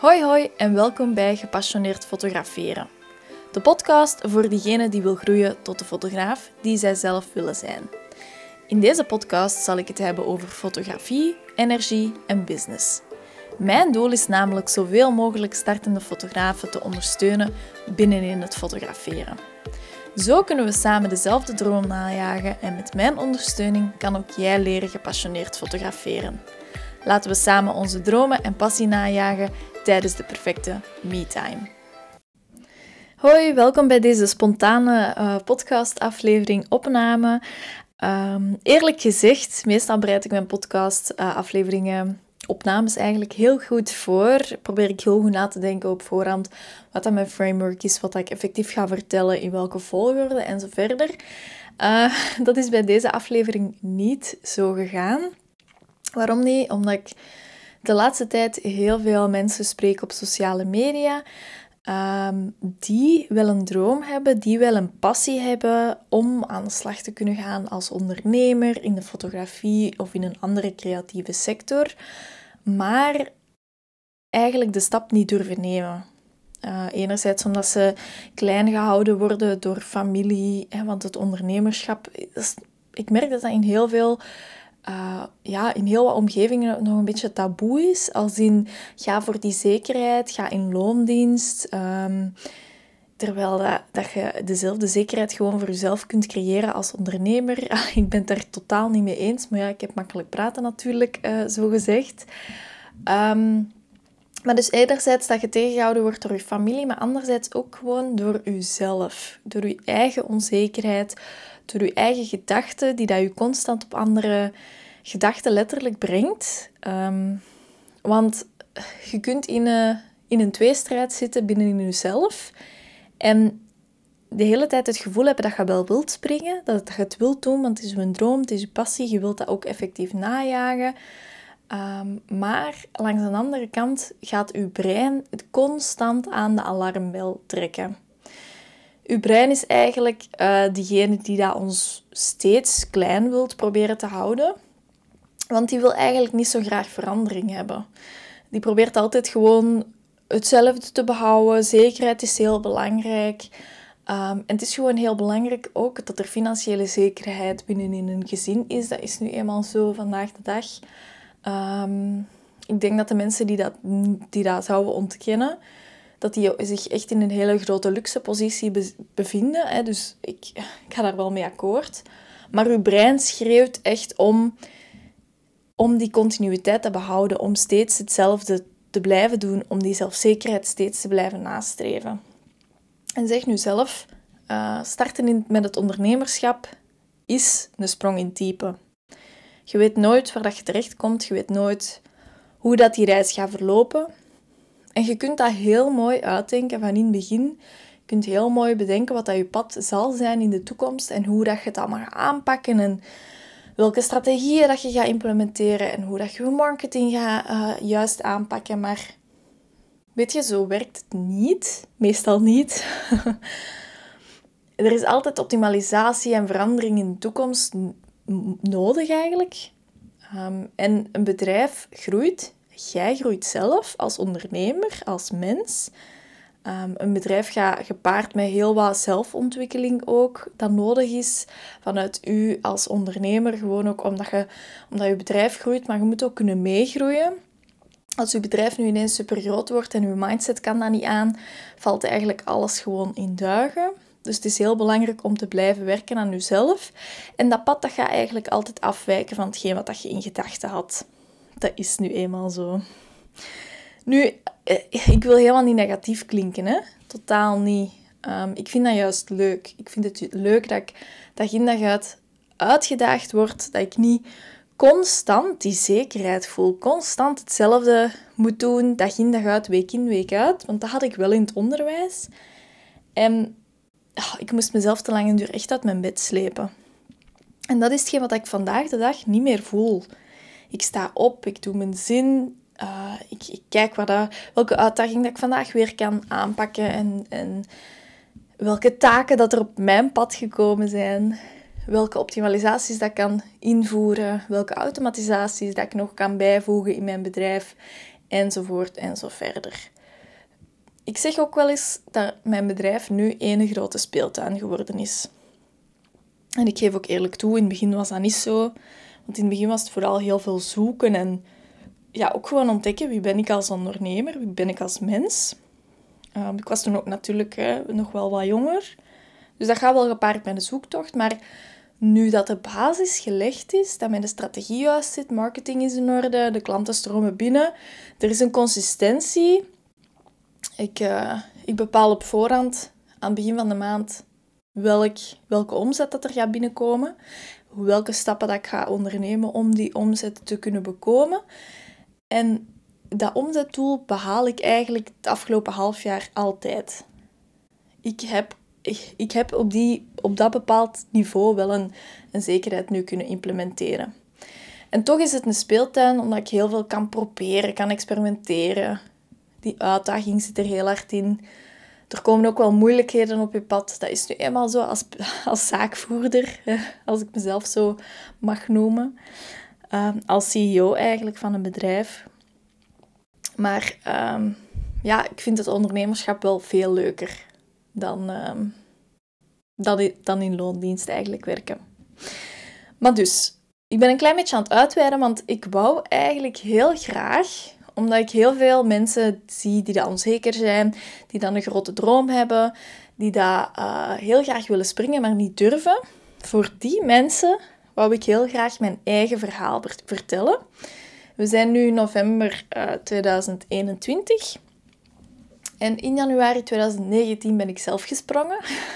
Hoi hoi en welkom bij Gepassioneerd Fotograferen. De podcast voor diegene die wil groeien tot de fotograaf die zij zelf willen zijn. In deze podcast zal ik het hebben over fotografie, energie en business. Mijn doel is namelijk zoveel mogelijk startende fotografen te ondersteunen binnenin het fotograferen. Zo kunnen we samen dezelfde droom najagen en met mijn ondersteuning kan ook jij leren gepassioneerd fotograferen. Laten we samen onze dromen en passie najagen tijdens de perfecte me-time. Hoi, welkom bij deze spontane podcastaflevering opname. Eerlijk gezegd, meestal bereid ik mijn podcastafleveringen, opnames eigenlijk heel goed voor. Probeer ik heel goed na te denken op voorhand wat dat mijn framework is, wat ik effectief ga vertellen, in welke volgorde en zo verder. Dat is bij deze aflevering niet zo gegaan. Waarom niet? Omdat ik de laatste tijd heel veel mensen spreek op sociale media die wel een droom hebben, die wel een passie hebben om aan de slag te kunnen gaan als ondernemer in de fotografie of in een andere creatieve sector, maar eigenlijk de stap niet durven nemen. Enerzijds omdat ze klein gehouden worden door familie, want het ondernemerschap, ik merk dat in heel veel... in heel wat omgevingen nog een beetje taboe is. Als in, ga voor die zekerheid, ga in loondienst. Terwijl dat je dezelfde zekerheid gewoon voor jezelf kunt creëren als ondernemer. Ik ben het daar totaal niet mee eens. Maar ja, ik heb makkelijk praten natuurlijk, zo gezegd. Maar dus enerzijds dat je tegengehouden wordt door je familie, maar anderzijds ook gewoon door jezelf. Door je eigen onzekerheid, door je eigen gedachten, die dat je constant op andere gedachten letterlijk brengt. Want je kunt in een tweestrijd zitten binnenin jezelf en de hele tijd het gevoel hebben dat je wel wilt springen, dat je het wilt doen, want het is je droom, het is je passie, je wilt dat ook effectief najagen. Maar langs de andere kant gaat uw brein constant aan de alarmbel trekken. Uw brein is eigenlijk diegene die dat ons steeds klein wilt proberen te houden. Want die wil eigenlijk niet zo graag verandering hebben. Die probeert altijd gewoon hetzelfde te behouden. Zekerheid is heel belangrijk. En het is gewoon heel belangrijk ook dat er financiële zekerheid binnenin een gezin is. Dat is nu eenmaal zo vandaag de dag. Ik denk dat de mensen die dat zouden ontkennen, dat die zich echt in een hele grote luxe positie bevinden. Hè. Dus ik ga daar wel mee akkoord. Maar uw brein schreeuwt echt om die continuïteit te behouden, om steeds hetzelfde te blijven doen, om die zelfzekerheid steeds te blijven nastreven. En zeg nu zelf, starten met het ondernemerschap is een sprong in type. Je weet nooit waar dat je terechtkomt, je weet nooit hoe dat die reis gaat verlopen. En je kunt dat heel mooi uitdenken van in het begin. Je kunt heel mooi bedenken wat dat je pad zal zijn in de toekomst en hoe dat je het allemaal gaat aanpakken en welke strategieën dat je gaat implementeren en hoe dat je marketing gaat juist aanpakken. Maar weet je, zo werkt het niet. Meestal niet. Er is altijd optimalisatie en verandering in de toekomst nodig eigenlijk. En een bedrijf groeit. Jij groeit zelf als ondernemer, als mens. Een bedrijf gaat gepaard met heel wat zelfontwikkeling ook, dat nodig is vanuit u als ondernemer. Gewoon ook omdat je bedrijf groeit, maar je moet ook kunnen meegroeien. Als je bedrijf nu ineens super groot wordt en je mindset kan dat niet aan, valt eigenlijk alles gewoon in duigen. Dus het is heel belangrijk om te blijven werken aan jezelf. En dat pad dat gaat eigenlijk altijd afwijken van hetgeen wat je in gedachten had. Dat is nu eenmaal zo. Nu, ik wil helemaal niet negatief klinken, hè? Totaal niet. Ik vind dat juist leuk. Ik vind het leuk dat ik dag in dag uit uitgedaagd word. Dat ik niet constant die zekerheid voel. Constant hetzelfde moet doen, dag in dag uit, week in week uit. Want dat had ik wel in het onderwijs. En ik moest mezelf te lang en duur echt uit mijn bed slepen. En dat is hetgeen wat ik vandaag de dag niet meer voel. Ik sta op, ik doe mijn zin, ik kijk welke uitdaging dat ik vandaag weer kan aanpakken en welke taken dat er op mijn pad gekomen zijn, welke optimalisaties dat ik kan invoeren, welke automatisaties dat ik nog kan bijvoegen in mijn bedrijf. enzovoort en zo verder. Ik zeg ook wel eens dat mijn bedrijf nu één grote speeltuin geworden is. En ik geef ook eerlijk toe, in het begin was dat niet zo. Want in het begin was het vooral heel veel zoeken en ja, ook gewoon ontdekken wie ben ik als ondernemer, wie ben ik als mens. Ik was toen ook natuurlijk nog wel wat jonger. Dus dat gaat wel gepaard met een zoektocht. Maar nu dat de basis gelegd is, dat mijn strategie juist zit, marketing is in orde, de klanten stromen binnen, er is een consistentie. Ik bepaal op voorhand aan het begin van de maand welke omzet dat er gaat binnenkomen, welke stappen dat ik ga ondernemen om die omzet te kunnen bekomen. En dat omzetdoel behaal ik eigenlijk het afgelopen half jaar altijd. Ik heb op dat bepaald niveau wel een zekerheid nu kunnen implementeren. En toch is het een speeltuin, omdat ik heel veel kan proberen, kan experimenteren. Die uitdaging zit er heel hard in. Er komen ook wel moeilijkheden op je pad. Dat is nu eenmaal zo als zaakvoerder, als ik mezelf zo mag noemen. Als CEO eigenlijk van een bedrijf. Maar ik vind het ondernemerschap wel veel leuker dan in loondienst eigenlijk werken. Maar dus, ik ben een klein beetje aan het uitweiden, want ik wou eigenlijk heel graag, omdat ik heel veel mensen zie die dat onzeker zijn, die dan een grote droom hebben, die dat heel graag willen springen, maar niet durven. Voor die mensen wou ik heel graag mijn eigen verhaal vertellen. We zijn nu november 2021 en in januari 2019 ben ik zelf gesprongen.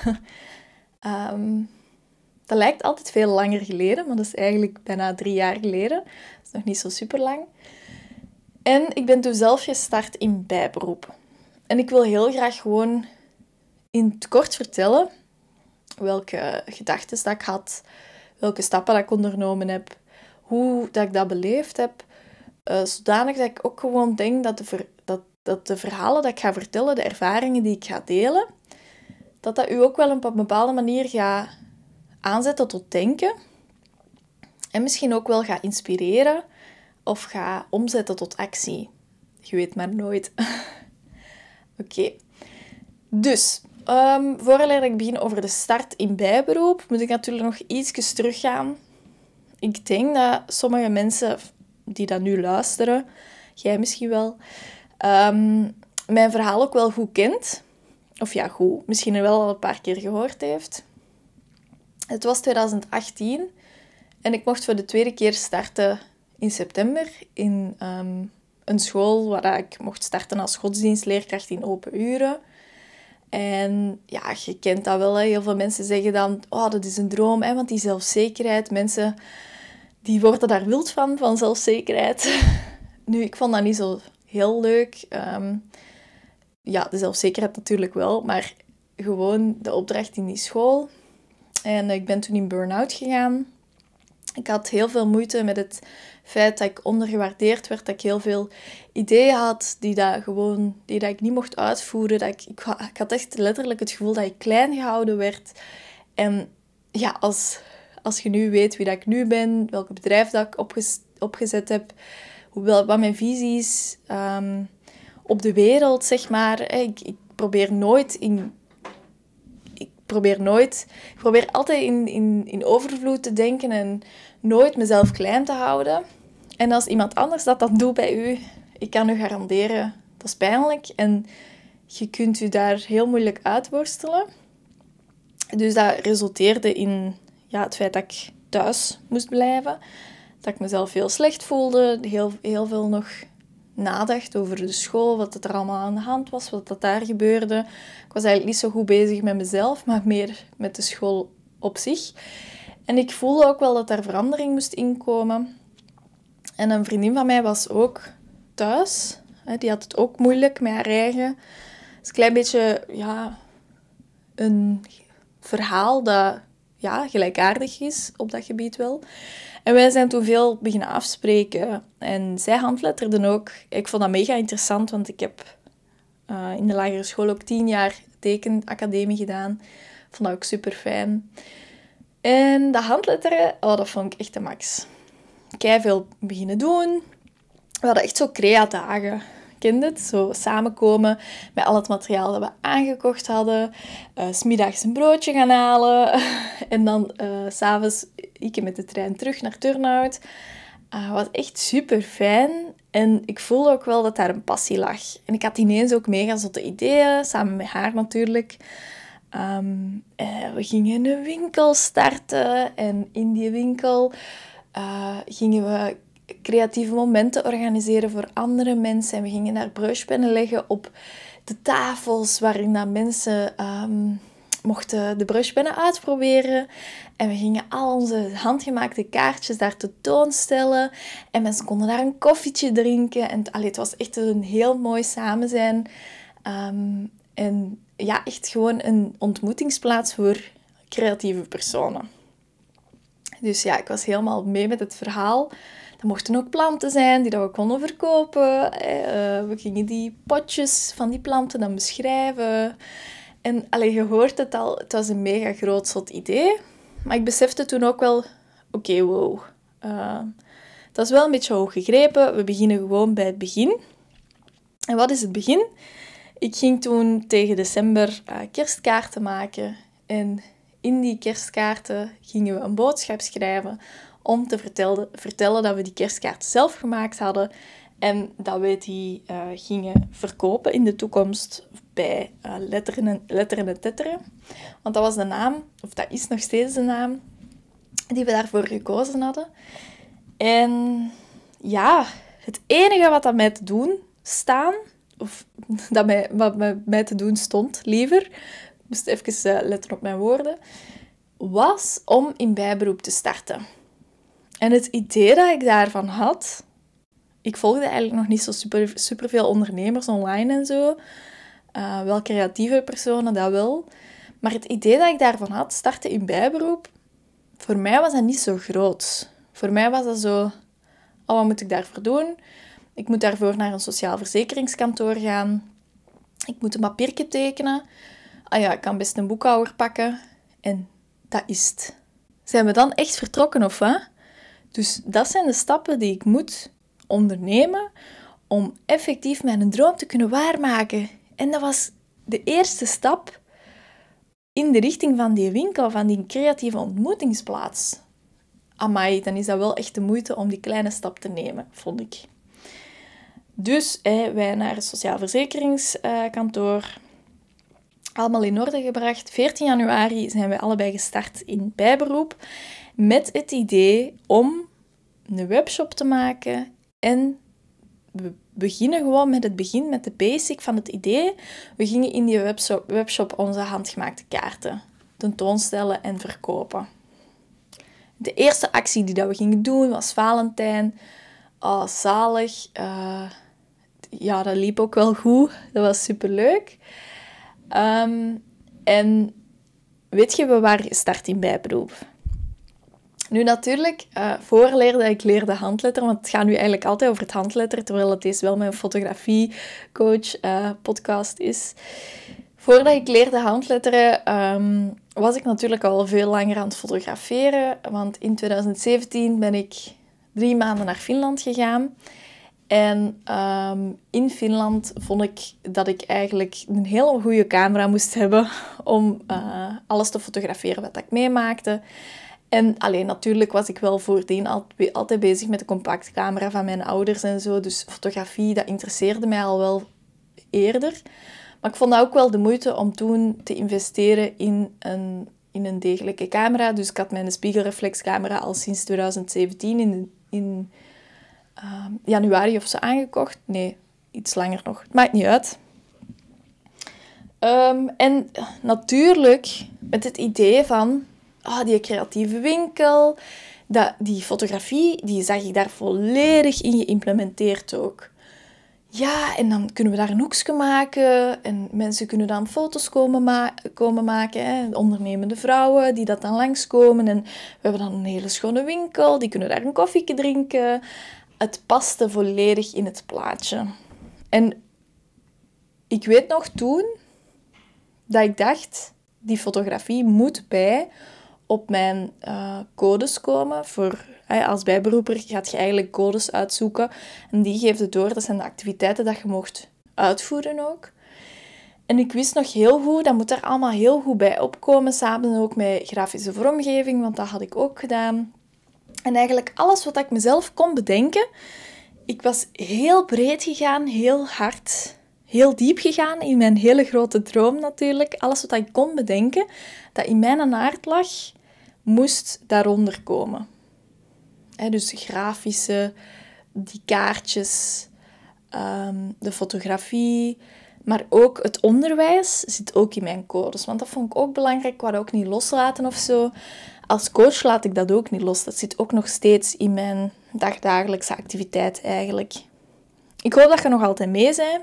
Dat lijkt altijd veel langer geleden, maar dat is eigenlijk bijna 3 jaar geleden. Dat is nog niet zo super lang. En ik ben toen zelf gestart in bijberoep. En ik wil heel graag gewoon in het kort vertellen welke gedachten dat ik had, welke stappen dat ik ondernomen heb, hoe dat ik dat beleefd heb, zodanig dat ik ook gewoon denk dat de verhalen dat ik ga vertellen, de ervaringen die ik ga delen, dat u ook wel op een bepaalde manier gaat aanzetten tot denken en misschien ook wel gaat inspireren of gaat omzetten tot actie. Je weet maar nooit. Oké. Dus, voordat ik begin over de start in bijberoep, moet ik natuurlijk nog ietsjes teruggaan. Ik denk dat sommige mensen die dat nu luisteren, jij misschien wel, mijn verhaal ook wel goed kent. Of ja, goed, misschien er wel al een paar keer gehoord heeft. Het was 2018 en ik mocht voor de tweede keer starten in september in een school waar ik mocht starten als godsdienstleerkracht in open uren. En ja, je kent dat wel. Hè. Heel veel mensen zeggen dan, oh, dat is een droom, hè, want die zelfzekerheid, mensen die worden daar wild van zelfzekerheid. Nu, ik vond dat niet zo heel leuk. De zelfzekerheid natuurlijk wel, maar gewoon de opdracht in die school. En ik ben toen in burn-out gegaan. Ik had heel veel moeite met het feit dat ik ondergewaardeerd werd, dat ik heel veel ideeën had die dat ik niet mocht uitvoeren. Ik had echt letterlijk het gevoel dat ik klein gehouden werd. En ja, als je nu weet wie dat ik nu ben, welk bedrijf dat ik opgezet heb, wat mijn visie is op de wereld, zeg maar. Ik probeer altijd in overvloed te denken en nooit mezelf klein te houden. En als iemand anders dat dan doet bij u, ik kan u garanderen, dat is pijnlijk. En je kunt u daar heel moeilijk uitworstelen. Dus dat resulteerde in het feit dat ik thuis moest blijven. Dat ik mezelf heel slecht voelde. Heel veel nog nadacht over de school, wat er allemaal aan de hand was, wat dat daar gebeurde. Ik was eigenlijk niet zo goed bezig met mezelf, maar meer met de school op zich. En ik voelde ook wel dat daar verandering moest inkomen. En een vriendin van mij was ook thuis. Die had het ook moeilijk met haar eigen. Het is een klein beetje een verhaal dat gelijkaardig is op dat gebied wel. En wij zijn toen veel beginnen afspreken. En zij handletterde ook. Ik vond dat mega interessant, want ik heb in de lagere school ook 10 jaar tekenacademie gedaan. Ik vond dat ook super fijn. En dat handletteren, dat vond ik echt de max. Keiveel beginnen doen. We hadden echt zo crea-dagen. Ken je het? Zo samenkomen met al het materiaal dat we aangekocht hadden. 's Middags een broodje gaan halen. En dan 's avonds ik met de trein terug naar Turnhout. Was echt super fijn. En ik voelde ook wel dat daar een passie lag. En ik had ineens ook mega zotte ideeën, samen met haar natuurlijk. We gingen een winkel starten. En in die winkel gingen we creatieve momenten organiseren voor andere mensen. En we gingen daar broodpennen leggen op de tafels waarin dat mensen mochten de broodpennen uitproberen. En we gingen al onze handgemaakte kaartjes daar tentoonstellen. En mensen konden daar een koffietje drinken. En het was echt een heel mooi samen zijn. En ja, echt gewoon een ontmoetingsplaats voor creatieve personen. Dus ja, ik was helemaal mee met het verhaal. Er mochten ook planten zijn die dat we konden verkopen. We gingen die potjes van die planten dan beschrijven. En je hoort het al, het was een mega groot zot idee. Maar ik besefte toen ook wel, oké, wow. Dat is wel een beetje hoog gegrepen. We beginnen gewoon bij het begin. En wat is het begin? Ik ging toen tegen december kerstkaarten maken. En in die kerstkaarten gingen we een boodschap schrijven om te vertellen dat we die kerstkaarten zelf gemaakt hadden en dat we die gingen verkopen in de toekomst bij Letteren en Tetteren. Want dat was de naam, of dat is nog steeds de naam, die we daarvoor gekozen hadden. En ja, het enige wat aan mij te doen staan, of wat mij te doen stond, liever, ik moest even letten op mijn woorden, was om in bijberoep te starten. En het idee dat ik daarvan had, ik volgde eigenlijk nog niet zo super veel ondernemers online en zo, wel creatieve personen, dat wel. Maar het idee dat ik daarvan had, starten in bijberoep, voor mij was dat niet zo groot. Voor mij was dat zo, wat moet ik daarvoor doen? Ik moet daarvoor naar een sociaal verzekeringskantoor gaan. Ik moet een papiertje tekenen. Ik kan best een boekhouder pakken. En dat is het. Zijn we dan echt vertrokken of wat? Dus dat zijn de stappen die ik moet ondernemen om effectief mijn droom te kunnen waarmaken. En dat was de eerste stap in de richting van die winkel, van die creatieve ontmoetingsplaats. Amai, dan is dat wel echt de moeite om die kleine stap te nemen, vond ik. Dus wij naar het sociaal verzekeringskantoor, allemaal in orde gebracht. 14 januari zijn wij allebei gestart in bijberoep met het idee om een webshop te maken. En we beginnen gewoon met het begin, met de basic van het idee. We gingen in die webshop onze handgemaakte kaarten tentoonstellen en verkopen. De eerste actie die dat we gingen doen was Valentijn. Oh, zalig. Ja, dat liep ook wel goed. Dat was superleuk. En weet je, we waren gestart in bijberoep. Nu natuurlijk, voordat ik leerde handletteren, want het gaat nu eigenlijk altijd over het handletteren, terwijl het deze wel mijn fotografie-coach podcast is. Voordat ik leerde handletteren, was ik natuurlijk al veel langer aan het fotograferen, want in 2017 ben ik 3 maanden naar Finland gegaan. En in Finland vond ik dat ik eigenlijk een hele goede camera moest hebben om alles te fotograferen wat ik meemaakte. En natuurlijk was ik wel voordien altijd bezig met de compactcamera van mijn ouders en zo. Dus fotografie, dat interesseerde mij al wel eerder. Maar ik vond dat ook wel de moeite om toen te investeren in een degelijke camera. Dus ik had mijn spiegelreflexcamera al sinds 2017 in januari of zo aangekocht. Nee, iets langer nog. Het maakt niet uit. En natuurlijk met het idee van die creatieve winkel, die fotografie, die zag ik daar volledig in geïmplementeerd ook. Ja, en dan kunnen we daar een hoekje maken en mensen kunnen dan foto's komen maken. Hè. Ondernemende vrouwen die dat dan langskomen. En we hebben dan een hele schone winkel, die kunnen daar een koffietje drinken. Het paste volledig in het plaatje. En ik weet nog toen dat ik dacht, die fotografie moet bij op mijn codes komen. Als bijberoeper gaat je eigenlijk codes uitzoeken en die geef je door. Dat zijn de activiteiten dat je mocht uitvoeren ook. En ik wist nog heel goed, dat moet er allemaal heel goed bij opkomen, samen ook met grafische vormgeving, want dat had ik ook gedaan. En eigenlijk alles wat ik mezelf kon bedenken, ik was heel breed gegaan, heel hard, heel diep gegaan in mijn hele grote droom natuurlijk. Alles wat ik kon bedenken, dat in mijn aard lag, moest daaronder komen. Dus grafische, die kaartjes, de fotografie, maar ook het onderwijs zit ook in mijn codes. Want dat vond ik ook belangrijk, ik wou dat ook niet loslaten of zo. Als coach laat ik dat ook niet los. Dat zit ook nog steeds in mijn dagdagelijkse activiteit eigenlijk. Ik hoop dat je nog altijd mee bent.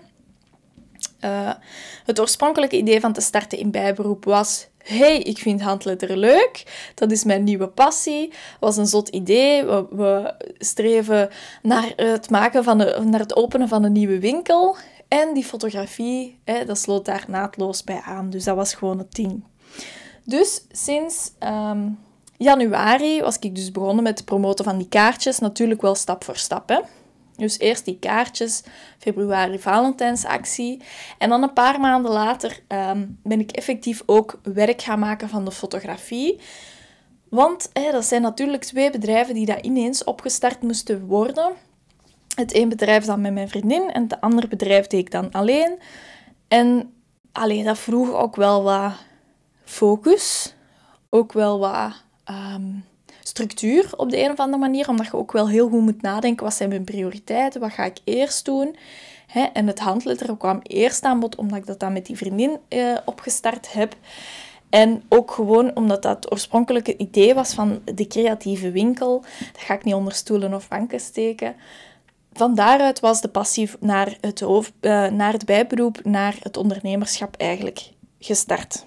Het oorspronkelijke idee van te starten in bijberoep was... Hey, ik vind handletteren leuk. Dat is mijn nieuwe passie. Het was een zot idee. We streven naar het openen van een nieuwe winkel. En die fotografie, dat sloot daar naadloos bij aan. Dus dat was gewoon het ding. Dus sinds januari was ik dus begonnen met het promoten van die kaartjes. Natuurlijk wel stap voor stap, hè. Dus eerst die kaartjes, februari Valentijnsactie. En dan een paar maanden later ben ik effectief ook werk gaan maken van de fotografie. Want dat zijn natuurlijk 2 bedrijven die daar ineens opgestart moesten worden. Het een bedrijf dan met mijn vriendin en het andere bedrijf deed ik dan alleen. En dat vroeg ook wel wat focus, ook wel wat structuur op de een of andere manier, omdat je ook wel heel goed moet nadenken, wat zijn mijn prioriteiten, wat ga ik eerst doen. En het handletteren kwam eerst aan bod, omdat ik dat dan met die vriendin opgestart heb. En ook gewoon omdat dat het oorspronkelijke idee was van de creatieve winkel. Dat ga ik niet onder stoelen of banken steken. Van daaruit was de passie naar het bijberoep, naar het ondernemerschap eigenlijk gestart.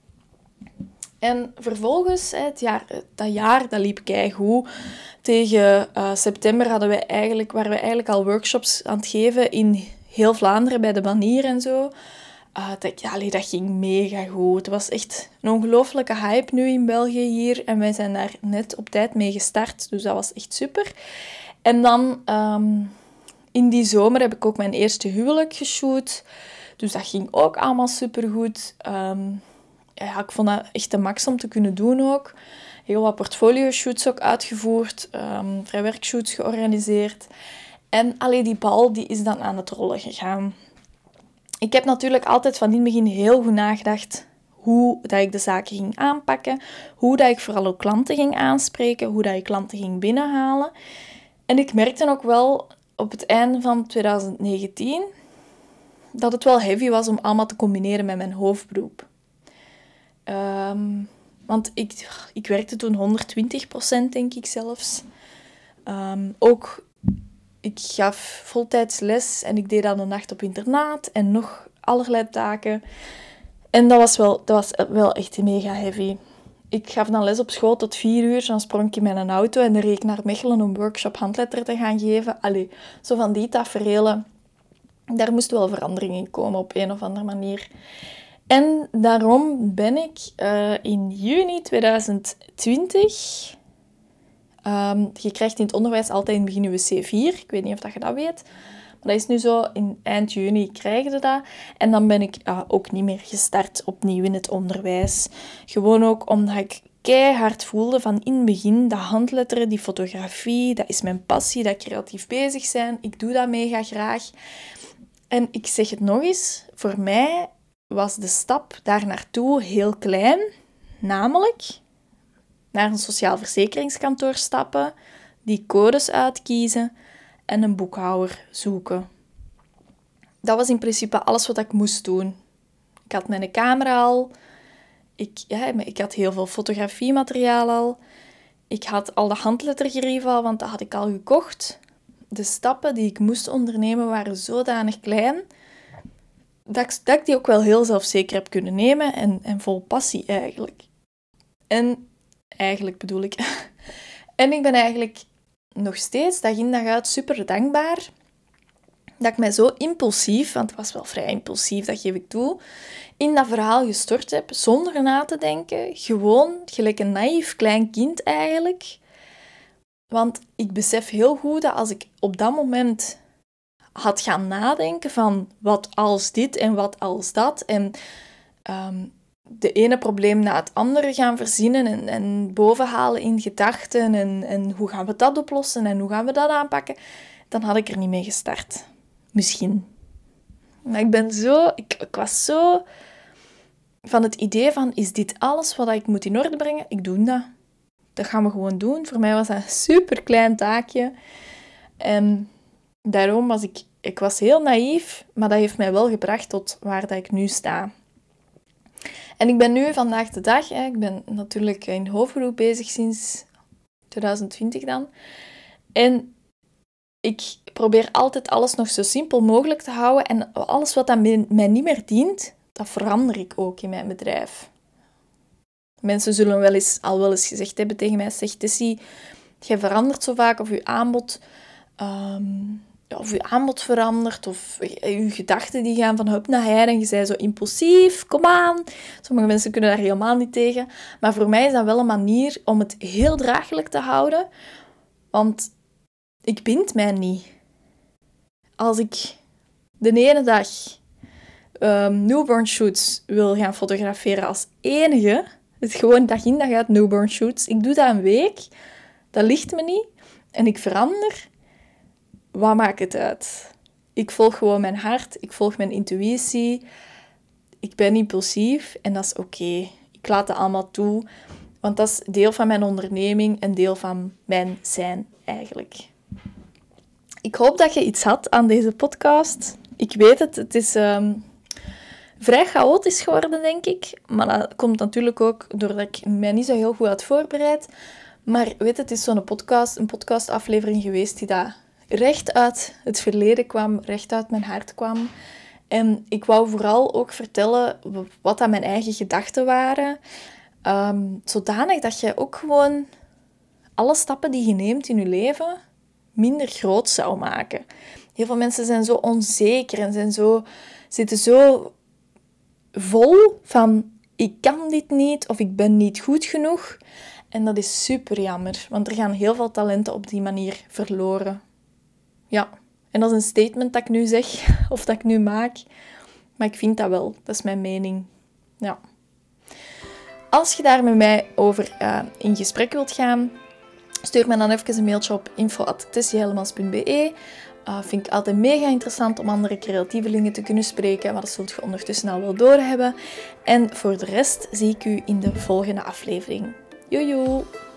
En vervolgens, dat jaar liep keigoed. Tegen september waren we eigenlijk al workshops aan het geven in heel Vlaanderen bij de Banier en zo. Dat ging mega goed. Het was echt een ongelofelijke hype nu in België hier. En wij zijn daar net op tijd mee gestart. Dus dat was echt super. En dan in die zomer heb ik ook mijn eerste huwelijk geshoot. Dus dat ging ook allemaal supergoed. Ik vond dat echt de max om te kunnen doen ook. Heel wat portfolio-shoots ook uitgevoerd. Vrijwerkshoots georganiseerd. En die bal die is dan aan het rollen gegaan. Ik heb natuurlijk altijd van in het begin heel goed nagedacht hoe dat ik de zaken ging aanpakken. Hoe dat ik vooral ook klanten ging aanspreken. Hoe dat ik klanten ging binnenhalen. En ik merkte ook wel op het einde van 2019 dat het wel heavy was om allemaal te combineren met mijn hoofdberoep. Want ik werkte toen 120%, denk ik zelfs. Ook, ik gaf voltijds les en ik deed dan een nacht op internaat en nog allerlei taken. En dat was wel echt mega heavy. Ik gaf dan les op school tot 4 uur, dan sprong ik in mijn auto en dan reed ik naar Mechelen om workshop handletteren te gaan geven. Zo van die taferelen. Daar moest wel verandering in komen op een of andere manier. En daarom ben ik in juni 2020... je krijgt in het onderwijs altijd in het begin je C4. Ik weet niet of je dat weet. Maar dat is nu zo, in eind juni krijg je dat. En dan ben ik ook niet meer gestart opnieuw in het onderwijs. Gewoon ook omdat ik keihard voelde van in het begin, dat handletteren, die fotografie, dat is mijn passie, dat creatief bezig zijn. Ik doe dat mega graag. En ik zeg het nog eens, voor mij was de stap daar naartoe heel klein. Namelijk naar een sociaal verzekeringskantoor stappen, die codes uitkiezen en een boekhouder zoeken. Dat was in principe alles wat ik moest doen. Ik had mijn camera al. Ik had heel veel fotografiemateriaal al. Ik had al de handlettergerieven al, want dat had ik al gekocht. De stappen die ik moest ondernemen waren zodanig klein dat ik die ook wel heel zelfzeker heb kunnen nemen en vol passie eigenlijk. En eigenlijk bedoel ik. En ik ben eigenlijk nog steeds dag in dag uit super dankbaar dat ik mij zo impulsief, want het was wel vrij impulsief, dat geef ik toe, in dat verhaal gestort heb, zonder na te denken. Gewoon, gelijk een naïef klein kind eigenlijk. Want ik besef heel goed dat als ik op dat moment had gaan nadenken van wat als dit en wat als dat, en de ene probleem na het andere gaan verzinnen en bovenhalen in gedachten en hoe gaan we dat oplossen en hoe gaan we dat aanpakken, dan had ik er niet mee gestart. Misschien. Maar ik was zo van het idee van, is dit alles wat ik moet in orde brengen? Ik doe dat. Dat gaan we gewoon doen. Voor mij was dat een super klein taakje. En daarom was ik was heel naïef, maar dat heeft mij wel gebracht tot waar dat ik nu sta. En ik ben nu vandaag de dag, ik ben natuurlijk in hoofdberoep bezig sinds 2020 dan. En ik probeer altijd alles nog zo simpel mogelijk te houden. En alles wat dat mij niet meer dient, dat verander ik ook in mijn bedrijf. Mensen zullen wel eens gezegd hebben tegen mij, zeg Tessie, jij verandert zo vaak of je aanbod verandert of je gedachten die gaan van hup naar her en je bent zo impulsief, kom aan. Sommige mensen kunnen daar helemaal niet tegen. Maar voor mij is dat wel een manier om het heel draaglijk te houden, want ik bind mij niet. Als ik de ene dag newborn shoots wil gaan fotograferen als enige, het gewoon dag in dag uit newborn shoots, ik doe dat een week, dat ligt me niet en ik verander, wat maakt het uit? Ik volg gewoon mijn hart, ik volg mijn intuïtie, ik ben impulsief en dat is oké. Ik laat dat allemaal toe, want dat is deel van mijn onderneming en deel van mijn zijn eigenlijk. Ik hoop dat je iets had aan deze podcast. Ik weet het is vrij chaotisch geworden, denk ik. Maar dat komt natuurlijk ook doordat ik mij niet zo heel goed had voorbereid. Maar weet het is zo'n podcastaflevering geweest die dat recht uit het verleden kwam, recht uit mijn hart kwam. En ik wou vooral ook vertellen wat dat mijn eigen gedachten waren. Zodanig dat je ook gewoon alle stappen die je neemt in je leven minder groot zou maken. Heel veel mensen zijn zo onzeker en zitten zo vol van ik kan dit niet of ik ben niet goed genoeg. En dat is super jammer, want er gaan heel veel talenten op die manier verloren. Ja, en dat is een statement dat ik nu zeg of dat ik nu maak. Maar ik vind dat wel, dat is mijn mening. Ja. Als je daar met mij over in gesprek wilt gaan, stuur me dan even een mailtje op info@tessiehellemans.be. Vind ik altijd mega interessant om andere creatievelingen te kunnen spreken, maar dat zult je ondertussen al wel doorhebben. En voor de rest zie ik u in de volgende aflevering. Joejoe!